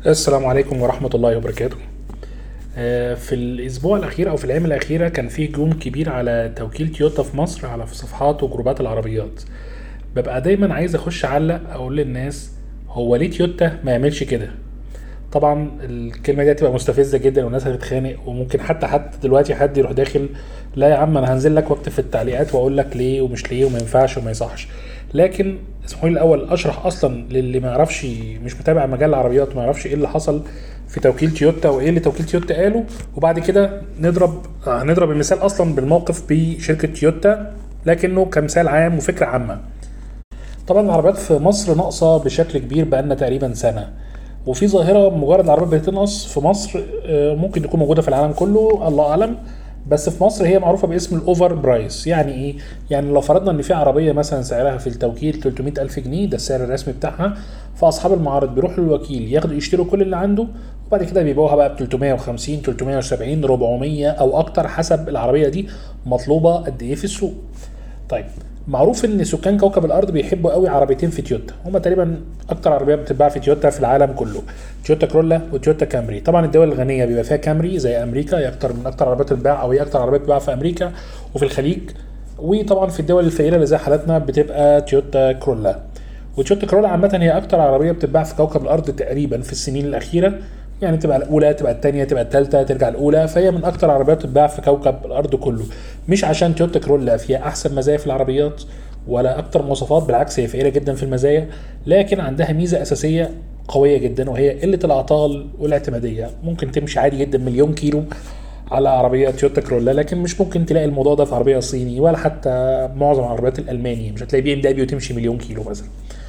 السلام عليكم ورحمة الله وبركاته. في الأسبوع الأخير أو في الأيام الأخيرة كان في هجوم كبير على توكيل تويوتا في مصر على في صفحات وجروبات العربيات. ببقى دايما عايز أخش أعلق أقول للناس هو ليه تويوتا ما يعملش كده. طبعا الكلمة دي هتبقى مستفزة جدا والناس هتتخانق، وممكن حتى دلوقتي حد يروح داخل لا يا عم انا هنزل لك واكتب في التعليقات واقول لك ليه ومش ليه وما ينفعش وما يصحش. لكن اسمحوا لي الاول اشرح اصلا للي ما يعرفش، مش متابع مجال العربيات ما يعرفش ايه اللي حصل في توكيل تويوتا وايه اللي توكيل تويوتا قاله، وبعد كده هنضرب المثال اصلا بالموقف بشركة تويوتا لكنه كمثال عام وفكرة عامة. طبعا العربيات في مصر ناقصه بشكل كبير بقالنا تقريبا سنه، وفي ظاهره مجرد العربيات بتنقص في مصر ممكن تكون موجوده في العالم كله الله اعلم، بس في مصر هي معروفه باسم الاوفر برايس. يعني ايه؟ يعني لو فرضنا ان في عربيه مثلا سعرها في التوكيل 300 الف جنيه، ده السعر الرسمي بتاعها، فاصحاب المعارض بيروحوا للوكيل ياخدوا يشتروا كل اللي عنده، وبعد كده بيبيعوها بقى ب 350 370 400 او اكتر حسب العربيه دي مطلوبه قد ايه في السوق. طيب، معروف ان سكان كوكب الارض بيحبوا قوي عربيتين في تويوتا، هما تقريبا اكتر عربيات بتتباع في تويوتا في العالم كله، تويوتا كرولا وتويوتا كامري. طبعا الدول الغنيه بيبقى فيها كامري زي امريكا، هي اكتر من اكتر عربيات بتتباع، او هي اكتر عربيات بتتباع في امريكا وفي الخليج. وطبعا في الدول الفقيره اللي زي حالتنا بتبقى تويوتا كرولا. وتويوتا كرولا عامه هي اكتر عربيه بتتباع في كوكب الارض تقريبا في السنين الاخيره، يعني تبقى الاولى تبقى الثانيه تبقى الثالثه ترجع الاولى، فهي من اكتر عربيات بتتباع في كوكب الارض كله. مش عشان تويوتا كرولا فيها احسن مزايا في العربيات ولا اكتر مواصفات، بالعكس هي فقيره جدا في المزايا، لكن عندها ميزه اساسيه قويه جدا وهي قله الاعطال والاعتماديه. ممكن تمشي عادي جدا مليون كيلو على عربيه تويوتا كرولا، لكن مش ممكن تلاقي الموضوع ده في عربيه صيني ولا حتى معظم العربيات الالماني، مش هتلاقي بي ام دبليو تمشي مليون كيلو مثلا.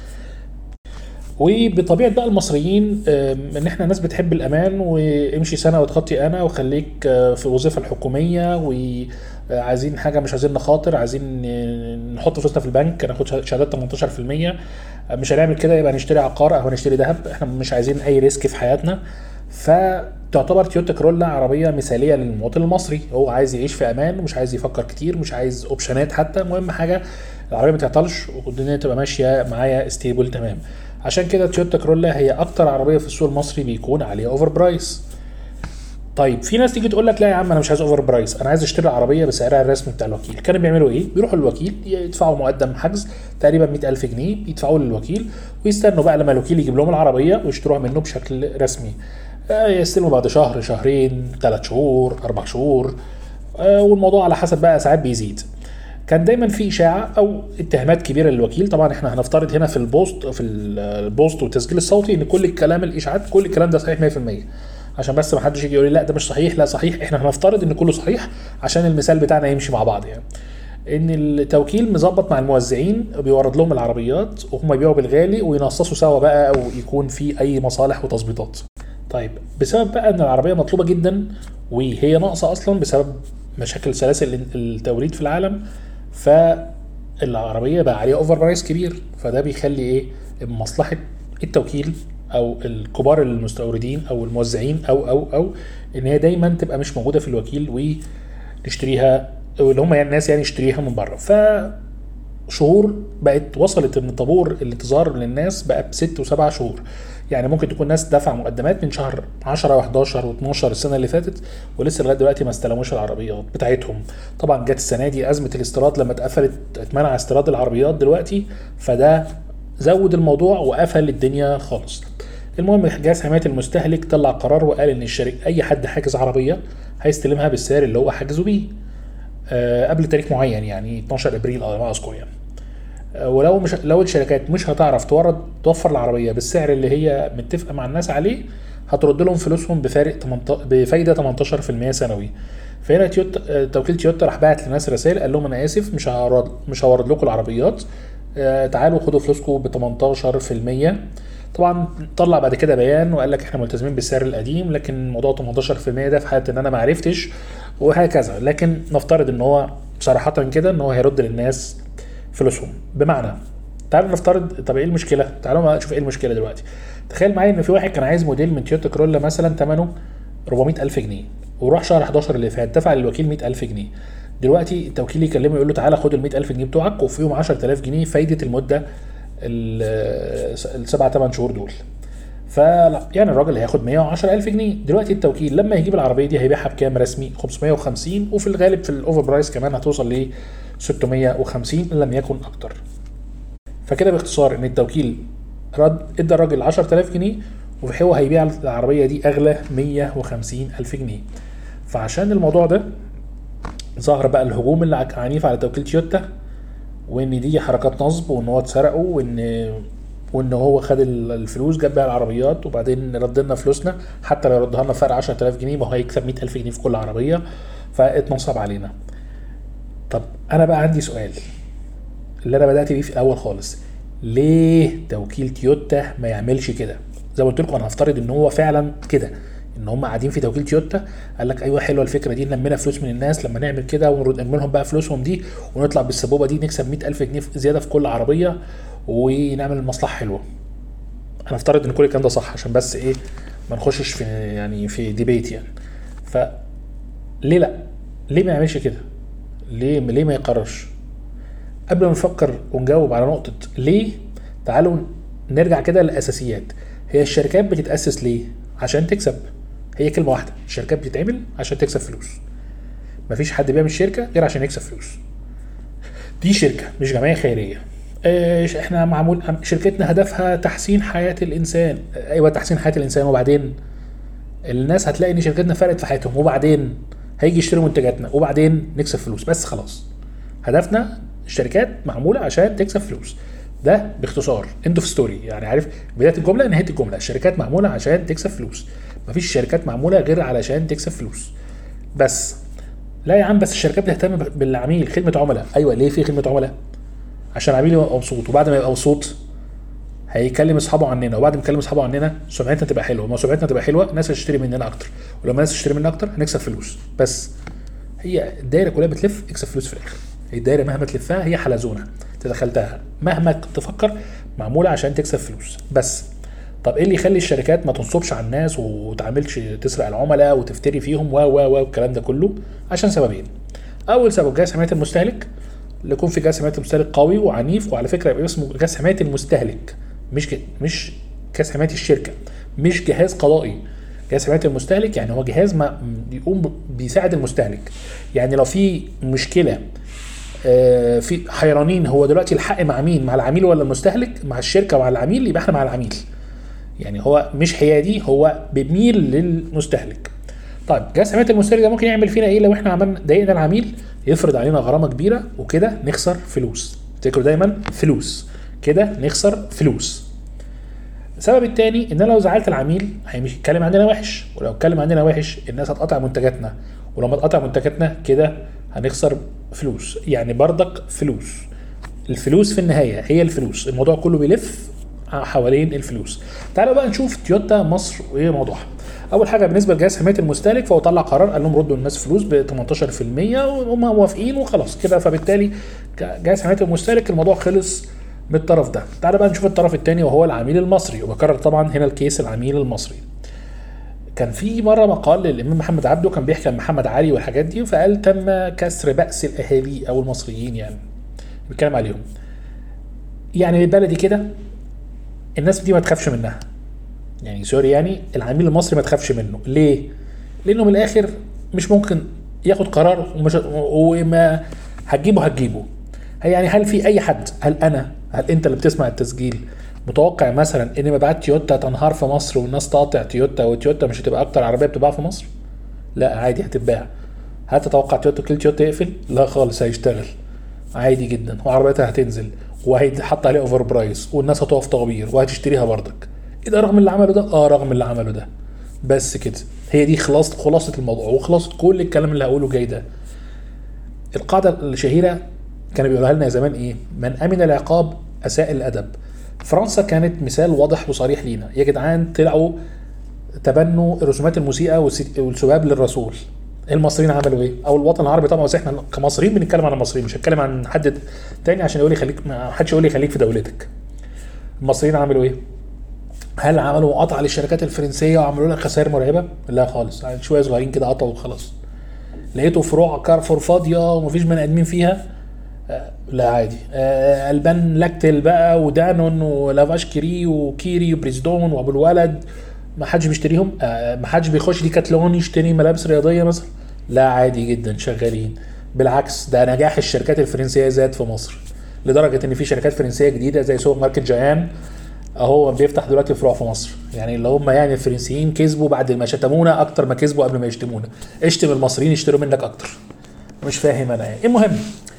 وبطبيعه بقى المصريين ان احنا ناس بتحب الامان، وامشي سنه وتخطي انا وخليك في الوظيفه الحكوميه، وعايزين حاجه مش عايزين نخاطر، عايزين نحط فلوسنا في البنك ناخد شهادات 18%، مش هنعمل كده يبقى نشتري عقار او نشتري ذهب، احنا مش عايزين اي ريسك في حياتنا. فتعتبر تويوتا كرولا عربيه مثاليه للمواطن المصري، هو عايز يعيش في امان ومش عايز يفكر كتير، مش عايز اوبشنات حتى، مهم حاجه العربيه ما تعطلش والدنيا تبقى ماشيه معايا ستيبل تمام. عشان كده تويوتا كرولا هي اكتر عربيه في السوق المصري بيكون عليها اوفر برايس. طيب في ناس تيجي تقول لك لا يا عم انا مش عايز اوفر برايس، انا عايز اشتري العربيه بسعرها الرسمي بتاع الوكيل. كانوا بيعملوا ايه؟ بيروحوا للوكيل يدفعوا مقدم حجز تقريبا 100,000 جنيه، يدفعوه للوكيل ويستنوا بقى لما الوكيل يجيب لهم العربيه ويشتروها منه بشكل رسمي. يستلموا بعد شهر شهرين 3 شهور 4 شهور، والموضوع على حسب بقى ساعات بيزيد. كان دايما في اشاعه او اتهامات كبيره للوكيل. طبعا احنا هنفترض هنا في البوست والتسجيل الصوتي ان كل الكلام الاشاعات كل الكلام ده صحيح 100%، عشان بس ما حدش يجي يقول لي لا ده مش صحيح، لا صحيح. احنا هنفترض ان كله صحيح عشان المثال بتاعنا يمشي مع بعض. يعني ان التوكيل مظبط مع الموزعين بيورد لهم العربيات وهم يبيعوا بالغالي وينصصوا سوا بقى، او يكون في اي مصالح وتظبيطات. طيب بسبب بقى ان العربيه مطلوبه جدا وهي ناقصه اصلا بسبب مشاكل سلاسل التوريد في العالم، فالعربيه بقى عليها اوفر برايس كبير، فده بيخلي ايه؟ مصلحه التوكيل او الكبار المستوردين او الموزعين او ان هي دايما تبقى مش موجوده في الوكيل ونشتريها، اللي هم يعني الناس يعني يشتريها من بره. شهور بقت وصلت ان طابور الانتظار للناس بقى ب6 و7 شهور. يعني ممكن تكون ناس دفع مقدمات من شهر 10 و11 و12 السنه اللي فاتت ولسه لغايه دلوقتي ما استلموش العربيات بتاعتهم. طبعا جت السنه دي ازمه الاستيراد لما اتمنع استيراد العربيات دلوقتي، فده زود الموضوع وقفل الدنيا خالص. المهم جهاز حمايه المستهلك طلع قرار وقال ان اي حد حاجز عربيه هيستلمها بالسعر اللي هو حاجزه بيه قبل تاريخ معين، يعني 12 ابريل على ما اذكر يعني. ولو مش لو الشركات مش هتعرف توفر العربيه بالسعر اللي هي متفقه مع الناس عليه، هترد لهم فلوسهم بفايده 18% سنوي. فهنا توكيل تويوتا راح بعت لناس رسائل قال لهم انا اسف مش هورد لكم العربيات، تعالوا خدوا فلوسكم ب 18%. طبعا طلع بعد كده بيان وقال لك احنا ملتزمين بالسعر القديم، لكن موضوع 18% ده في حاله ان انا ما عرفتش وهكذا. لكن نفترض ان هو صراحه كده ان هو هيرد للناس فلوسهم. بمعنى تعالوا نفترض، طب ايه المشكله؟ تعالوا نشوف ايه المشكله دلوقتي. تخيل معايا ان في واحد كان عايز موديل من تويوتا كرولا مثلا ثمنه 400,000 جنيه، وراح شهر 11 اللي فات دفع للوكيل 100,000 جنيه. دلوقتي التوكيل يكلمه يقول له تعالى خد ال 100,000 جنيه بتوعك وفيهم 10,000 جنيه فايده المده ال7 8 شهور دول. فلا يعني الراجل هياخد 110,000 جنيه. دلوقتي التوكيل لما يجيب العربيه دي هيبيعها بكام رسمي؟ 550، وفي الغالب في الاوفر برايس كمان هتوصل ل 650 ان لم يكن اكتر. فكده باختصار ان التوكيل ادى الراجل 10,000 جنيه، وهو هيبيع العربيه دي اغلى 150,000 جنيه. فعشان الموضوع ده ظهر بقى الهجوم اللي عنيف على توكيل تويوتا، وان دي حركات نصب، وان هو اتسرقه، وان هو خد الفلوس جاب بيها العربيات وبعدين رد لنا فلوسنا، حتى لو ردها لنا فرق 10,000 جنيه ما هو هيكسب 100,000 جنيه في كل عربيه، فاتنصب علينا. طب انا بقى عندي سؤال اللي انا بدات بيه في الاول خالص، ليه توكيل تويوتا ما يعملش كده؟ زي ما قلت لكم انا هفترض ان هو فعلا كده، ان هم قاعدين في توكيل تويوتا قال لك ايوه حلوه الفكره دي، نلمنا فلوس من الناس لما نعمل كده ونرد لهم بقى فلوسهم دي، ونطلع بالسبوبه دي نكسب 100,000 جنيه زياده في كل عربيه ونعمل المصلحه حلوه. انا افترض ان كل الكلام ده صح عشان بس ايه ما نخشش في يعني في ديبيت يعني. ف ليه لا؟ ليه ما يعملش كده؟ ليه ما يقررش؟ قبل ما نفكر ونجاوب على نقطه ليه، تعالوا نرجع كده للاساسيات. هي الشركات بتتاسس ليه؟ عشان تكسب. هي كلمه واحده، الشركات بتتعمل عشان تكسب فلوس. مفيش حد بيعمل شركه غير عشان يكسب فلوس. دي شركه مش جمعيه خيريه. احنا معمول شركتنا هدفها تحسين حياه الانسان. ايوه تحسين حياه الانسان، وبعدين الناس هتلاقي ان شركتنا فرقت في حياتهم، وبعدين هيجي يشتروا منتجاتنا، وبعدين نكسب فلوس. بس خلاص هدفنا الشركات معموله عشان تكسب فلوس. ده باختصار اند اوف ستوري، يعني عارف بدايه الجمله نهايه الجمله. الشركات معموله عشان تكسب فلوس، مفيش شركات معموله غير علشان تكسب فلوس بس. لا يا عم، بس الشركات بتهتم بالعميل، خدمه عملاء. ايوه ليه في خدمه عملاء؟ عشان العميل يبقى مبسوط، وبعد ما يبقى مبسوط هيكلم اصحابه عننا، وبعد ما يكلم اصحابه عننا سمعتنا تبقى حلوه، ما سمعتنا تبقى حلوه الناس هتشتري مننا اكتر، ولما الناس تشتري مننا اكتر هنكسب فلوس. بس هي الدايره كلها بتلف اكسب فلوس في الاخر. هي الدايره مهما تلفها هي حلزونه تدخلتها مهما تفكر معموله عشان تكسب فلوس بس. طب ايه اللي يخلي الشركات ما تنصبش على الناس وتعملش تسرق العملاء وتفتري فيهم والكلام ده كله؟ عشان سببين. اول سبب جهاز حمايه المستهلك، اللي يكون في جهاز حمايه المستهلك قوي وعنيف، وعلى فكره يبقى اسمه جهاز حمايه المستهلك، مش جهاز حمايه الشركه، مش جهاز قضائي. جهاز حمايه المستهلك يعني هو جهاز ما بيقوم بيساعد المستهلك. يعني لو في مشكله في حيرانين هو دلوقتي الحق مع مين، مع العميل ولا المستهلك، مع الشركه ومع العميل، يبقى احنا مع العميل. يعني هو مش حيادي، هو بيميل للمستهلك. طيب جهاز حمايه المستهلك ده ممكن يعمل فينا ايه لو احنا عملنا ضايقنا العميل؟ يفرض علينا غرامه كبيره وكده نخسر فلوس. افتكروا دايما فلوس، كده نخسر فلوس. السبب الثاني ان لو زعلت العميل هيمشي يتكلم عندنا وحش، ولو اتكلم عندنا وحش الناس هتقطع منتجاتنا، ولما تقطع منتجاتنا كده هنخسر فلوس. يعني بردك فلوس. الفلوس في النهايه هي الفلوس، الموضوع كله بيلف حوالين الفلوس. تعالوا بقى نشوف تويوتا مصر وايه موضوعها. اول حاجه بالنسبه لجهاز حمايه المستهلك، فهو طلع قرار قال لهم ردوا الناس فلوس ب 18% وهم موافقين وخلاص كده. فبالتالي جهاز حمايه المستهلك الموضوع خلص من الطرف ده. تعالوا بقى نشوف الطرف الثاني وهو العميل المصري، وبكرر طبعا هنا الكيس العميل المصري. كان في مره مقال للامام محمد عبده كان بيحكي عن محمد علي والحاجات دي، فقال تم كسر بأس الاهالي او المصريين، يعني بيتكلم عليهم. يعني بلدي كده الناس دي ما تخافش منها، يعني سوري، يعني العميل المصري ما تخافش منه. ليه؟ لانه من الاخر مش ممكن ياخد قرار وما هتجيبه. يعني هل في اي حد، هل انت اللي بتسمع التسجيل متوقع مثلا ان مبيعات تويوتا تنهار في مصر والناس تقاطع تويوتا وتويوتا مش هتبقى اكتر عربيه بتتباع في مصر؟ لا عادي هتتباع. هل تتوقع كل تويوتا يقفل؟ لا خالص، هيشتغل عادي جدا، وعربيتها هتنزل وهيتحط عليها اوفر برايس والناس هتقف طوابير وهتشتريها برضك. ايه ده رغم اللي عمله ده؟ رغم اللي عمله ده. بس كده، هي دي خلاصه الموضوع وخلاصه كل الكلام اللي هقوله جاي ده. القاعده الشهيره كانوا بيقولها لنا زمان ايه؟ من امن العقاب اساء الادب. فرنسا كانت مثال واضح وصريح لينا. يا جدعان طلعوا تبنوا رسومات الموسيقى والسباب للرسول. المصريين عملوا ايه؟ او الوطن العربي طبعا، بس احنا كمصريين بنتكلم عن المصريين، مش هتكلم عن حد تاني عشان يقول لي خليك، ما حدش يقول لي خليك في دولتك. المصريين عملوا ايه؟ هل عملوا قطع للشركات الفرنسيه وعملوا لها خسائر مرعبه؟ لا خالص، يعني شويه صغيرين كده قطعوا وخلاص. لقيتوا فروع كارفور فاضيه ومفيش بني ادمين فيها، لا عادي. البان لاكتل بقى ودانون ولافاش كيري وكيري وبريزدون وابو الولد، ما حدش بيشتريهم. ما حدش بيخش ديكاتلون يشتري ملابس رياضيه مثلا. لا عادي جدا شغالين. بالعكس ده نجاح الشركات الفرنسيه زاد في مصر، لدرجه ان في شركات فرنسيه جديده زي سوبر ماركت جيان اهو بيفتح دلوقتي فروع في مصر. يعني اللي هم يعني الفرنسيين كسبوا بعد ما شتمونا اكتر ما كسبوا قبل ما يشتمونا. اشتم المصريين يشتروا منك اكتر. مش فاهم انا يعني. المهم،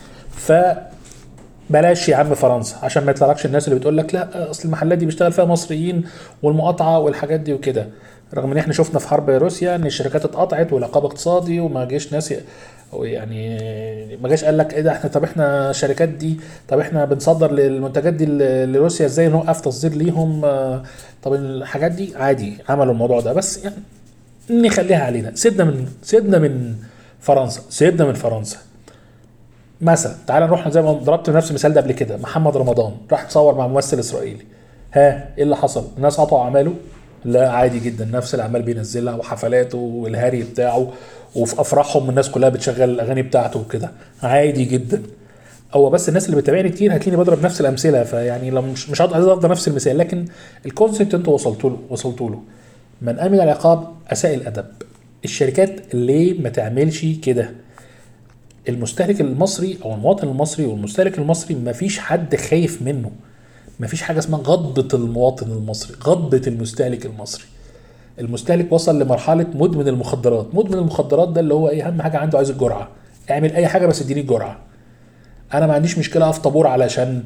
فبلاش يا عم فرنسا عشان ما يطلعلكش الناس اللي بتقول لك لا اصل المحلات دي بيشتغل فيها مصريين والمقاطعه والحاجات دي وكده. رغم ان احنا شفنا في حرب روسيا ان الشركات اتقطعت والعقاب اقتصادي وما جاش ناس يعني ما جاش قال لك ايه ده احنا، طب احنا الشركات دي، طب احنا بنصدر للمنتجات دي لروسيا ازاي نوقف تصدير ليهم. طب الحاجات دي عادي عملوا الموضوع ده، بس يعني نخليها علينا. سيبنا من فرنسا. سيبنا من فرنسا مثلا. تعال نروح زي ما ضربت نفس المثال ده قبل كده، محمد رمضان راح تصور مع ممثل اسرائيلي. ها ايه اللي حصل؟ الناس قطعوا اعماله؟ لا عادي جدا، نفس الاعمال بينزلها وحفلاته والهاري بتاعه، وفي افراحهم الناس كلها بتشغل الاغاني بتاعته وكده عادي جدا. هو بس الناس اللي بتتابعني كتير هتلاقيني بضرب نفس الامثله، فيعني لو مش عايز اضرب نفس المثال، لكن الكونسيبت انتوا وصلتوا له. من امن العقاب اساء الادب. الشركات ليه ما تعملش كده؟ المستهلك المصري او المواطن المصري والمستهلك المصري مفيش حد خايف منه. مفيش حاجه اسمها غضبه المواطن المصري، غضبه المستهلك المصري. المستهلك وصل لمرحله مدمن المخدرات. مدمن المخدرات ده اللي هو ايه، اهم حاجه عنده عايز الجرعه. اعمل اي حاجه بس اديني الجرعه. انا ما عنديش مشكله اقف طابور علشان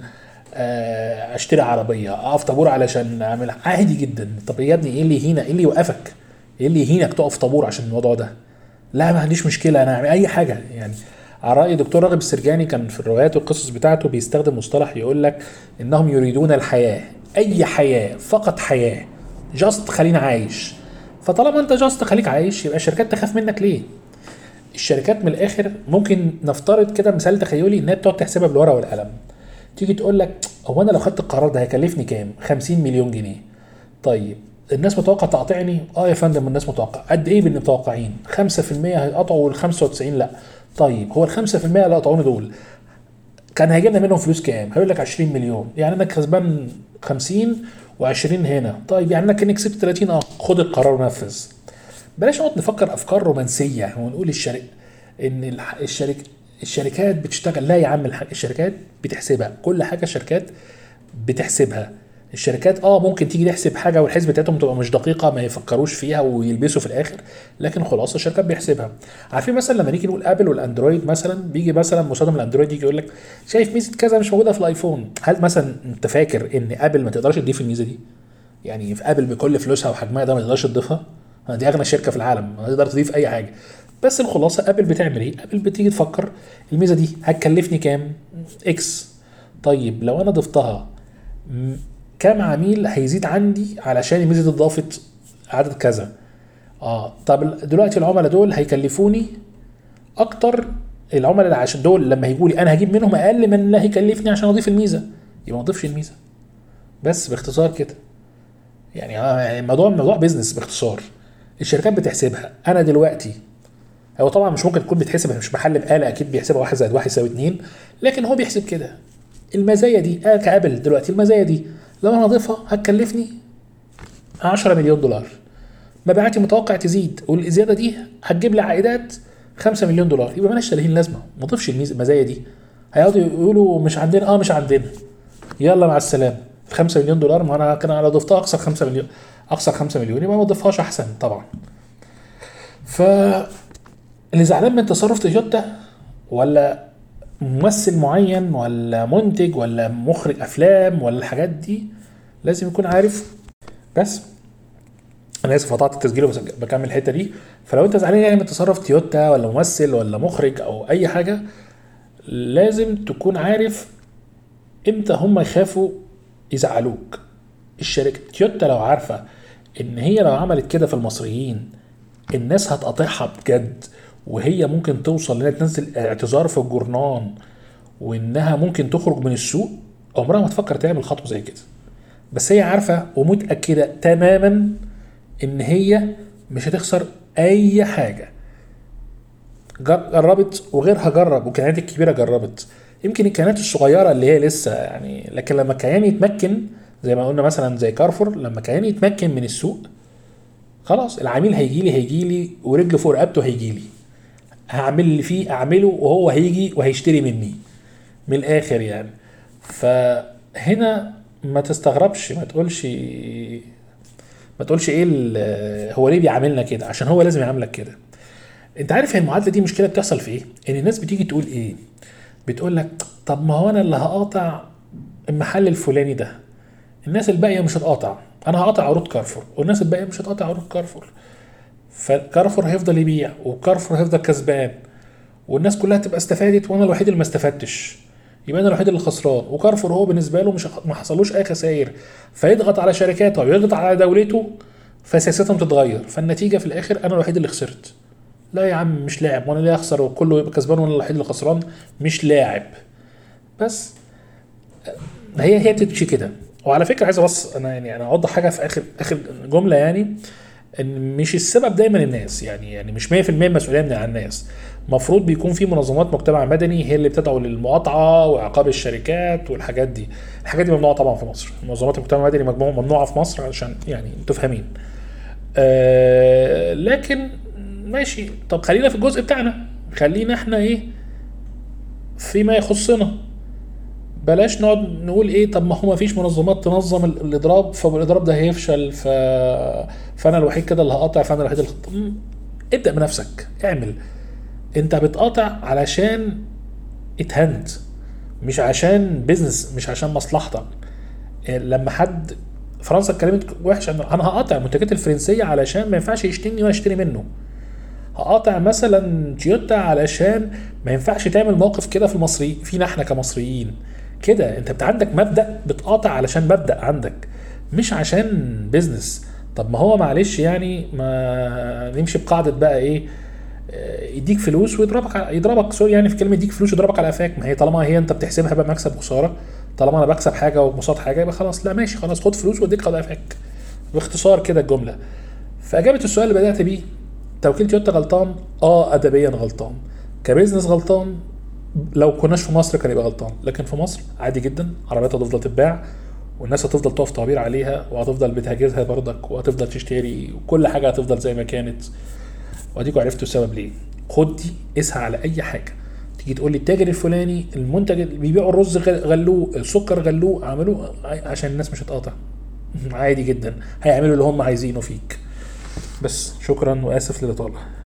اشتري عربيه، اقف طابور علشان اعمل عادي جدا. طب يا ابني ايه اللي يهينك؟ ايه اللي يوقفك؟ ايه اللي يهينك تقف طابور عشان الموضوع ده؟ لا ما عنديش مشكله انا اعمل اي حاجه يعني. على راي دكتور راغب السرجاني كان في الروايات والقصص بتاعته بيستخدم مصطلح يقول لك انهم يريدون الحياه، اي حياه، فقط حياه، جاست خلينا عايش. فطالما انت جاست خليك عايش يبقى الشركات تخاف منك ليه؟ الشركات من الاخر ممكن نفترض كده مثال تخيلي انها بتقعد تحسبها بالورقه والقلم. تيجي تقول لك هو انا لو خدت القرار ده هيكلفني كام؟ 50 مليون جنيه. طيب الناس متوقع تقاطعني؟ اه يا فندم الناس متوقع. قد ايه متوقعين؟ 5% هيقطعوا وال 95 لا. طيب هو ال 5% اللي قطعوني دول كان هيجي لنا منهم فلوس كام؟ هيقول لك 20 مليون. يعني انا كسبان 50 و20 هنا. طيب يعني انا كنت كسبت 30. خد القرار ونفذ. بلاش نقعد نفكر افكار رومانسيه ونقول ان الشركات بتشتغل. لا يا عم الشركات بتحسبها كل حاجه. الشركات بتحسبها. الشركات ممكن تيجي تحسب حاجه والحسبه بتاعتهم تبقى مش دقيقه ما يفكروش فيها ويلبسوا في الاخر، لكن خلاص الشركات بيحسبها. عارفين مثلا لما نيجي نقول ابل والاندرويد مثلا، بيجي مثلا مصمم الاندرويد يجي يقول لك شايف ميزه كذا مش موجوده في الايفون. هل مثلا انت فاكر ان ابل ما تقدرش تضيف الميزه دي؟ يعني في ابل بكل فلوسها وحجمها ده ما تقدرش تضيفها؟ دي اغنى شركه في العالم، ما تقدر تضيف اي حاجه. بس الخلاصه ابل بتعمل ايه؟ ابل بتيجي تفكر الميزه دي هتكلفني كام؟ اكس. طيب لو انا ضفتها كام عميل هيزيد عندي علشان الميزه دي اتضافت؟ عدد كذا. طب دلوقتي العملاء دول هيكلفوني اكتر. العملاء اللي عشان دول لما هيجوا لي انا هجيب منهم اقل من اللي هيكلفني عشان اضيف الميزه، يبقى ما اضيفش الميزه. بس باختصار كده يعني الموضوع بيزنس باختصار. الشركات بتحسبها. انا دلوقتي هو طبعا مش ممكن تكون بتحسبها، مش محل بآلة، اكيد بيحسبها 1 زائد 1 يساوي 2، لكن هو بيحسب كده. المزايا دي كابل دلوقتي المزايا دي لو انا اضيفها هتكلفني 10 مليون دولار. مبيعاتي متوقع تزيد والزياده دي هتجيب لي عائدات 5 مليون دولار. يبقى مالهاش 30 لازمه، ما اضيفش المزايا دي. هيقعدوا يقولوا مش عندنا مش عندنا، يلا مع السلامه. 5 مليون دولار، ما انا كان على ضفتها اخسر 5 مليون، اخسر 5 مليون، يبقى ما اضيفهاش احسن طبعا. فاللي زعلان من تصرف تويوتا ولا ممثل معين ولا منتج ولا مخرج افلام ولا الحاجات دي لازم يكون عارف. بس انا اسف قطعت التسجيل بس بكمل الحته دي. فلو انت زعلان يعني من تصرف تويوتا ولا ممثل ولا مخرج او اي حاجه، لازم تكون عارف امتى هم يخافوا يزعلوك. الشركه تويوتا لو عارفه ان هي لو عملت كده في المصريين الناس هتقاطعها بجد، وهي ممكن توصل انها تنزل اعتذار في الجورنان وانها ممكن تخرج من السوق، عمرها ما تفكر تعمل خطوه زي كده. بس هي عارفه ومتاكده تماما ان هي مش هتخسر اي حاجه. جربت وغيرها جرب، وكانت الكبيره جربت. يمكن الكيانات الصغيره اللي هي لسه يعني، لكن لما كيان يتمكن زي ما قلنا مثلا زي كارفور، لما كيان يتمكن من السوق خلاص العميل هيجي لي ورجله فوق رقبته هيجي لي، هعمل اللي فيه اعمله وهو هيجي وهيشتري مني من الاخر يعني. فهنا ما تستغربش، ما تقولش ايه هو ليه بيعاملنا كده، عشان هو لازم يعاملك كده. انت عارف هي المعادله دي مشكله بتحصل في ايه؟ ان الناس بتيجي تقول ايه، بتقول لك طب ما هو انا اللي هقاطع المحل الفلاني ده، الناس الباقيه مش هتقاطع، انا هقاطع عروض كارفور والناس الباقيه مش هتقاطع عروض كارفور، فكارفور هيفضل يبيع وكارفور هيفضل كسبان والناس كلها تبقى استفادت وانا الوحيد اللي ما استفدتش، يبقى انا الوحيد اللي خسران. وكارفور هو بالنسبه له مش ما حصلوش اي خسائر، فيضغط على شركاته ويضغط على دولته فسياستهم تتغير، فالنتيجه في الاخر انا الوحيد اللي خسرت. لا يا عم مش لاعب، وانا ليه اخسر وكله يبقى كسبان وانا الوحيد اللي خسران؟ مش لاعب. بس هي بتمشي كده. وعلى فكره عايز بس انا اوضح حاجه في اخر جمله، يعني ان مش السبب دايما الناس، يعني مش 100% مسؤوليه من على الناس. المفروض بيكون في منظمات مجتمع مدني هي اللي بتدعو للمقاطعه وعقاب الشركات والحاجات دي. الحاجات دي ممنوعه طبعا في مصر، منظمات المجتمع المدني ممنوعه في مصر علشان يعني انتوا فاهمين. لكن ماشي، طب خلينا في الجزء بتاعنا، خلينا احنا ايه فيما يخصنا. بلاش نقعد نقول ايه طب ما هو ما فيش منظمات تنظم الاضراب فالاضراب ده هيفشل فانا الوحيد كده اللي هقاطع، فانا الوحيد اللي ابدا بنفسك اعمل. انت بتقاطع علشان اتهنت، مش عشان بيزنس، مش عشان مصلحتك. لما حد فرنسا اتكلمت وحش انا هقاطع المنتجات الفرنسيه علشان ما ينفعش يشتري وانا اشتري منه، هقاطع مثلا تويوتا علشان ما ينفعش تعمل موقف كده في المصري فينا احنا كمصريين كده. انت عندك مبدأ بتقاطع علشان مبدأ عندك، مش عشان بيزنس. طب ما هو معلش يعني ما نمشي بقاعدة بقى ايه، يديك فلوس يضربك سوري يعني في كلمة يديك فلوس يضربك على قفاك. ما هي طالما هي انت بتحسبها بقى مكسب وخسارة، طالما انا بكسب حاجة ومصاد حاجة يبقى خلاص لا ماشي خلاص خد فلوس واديك على قفاك. باختصار كده الجملة. فاجابة السؤال اللي بدأت بيه، توكيل تويوتا غلطان؟ ادبيا غلطان، كبزنس غلطان، لو كناش في مصر كان يبقى غلطان، لكن في مصر عادي جدا عربيات هتفضل تتباع والناس هتفضل تقف طوابير عليها وهتفضل بتهاجرها برضك وهتفضل تشتري وكل حاجه هتفضل زي ما كانت. واديكوا عرفتوا السبب ليه. خد دي اسعى على اي حاجه تيجي تقول لي التاجر الفلاني المنتج اللي بيبيعوا الرز غلوه، السكر غلوه، عملوه عشان الناس مش هتقاطع. عادي جدا هيعملوا اللي هم عايزينه فيك. بس شكرا واسف للإطالة.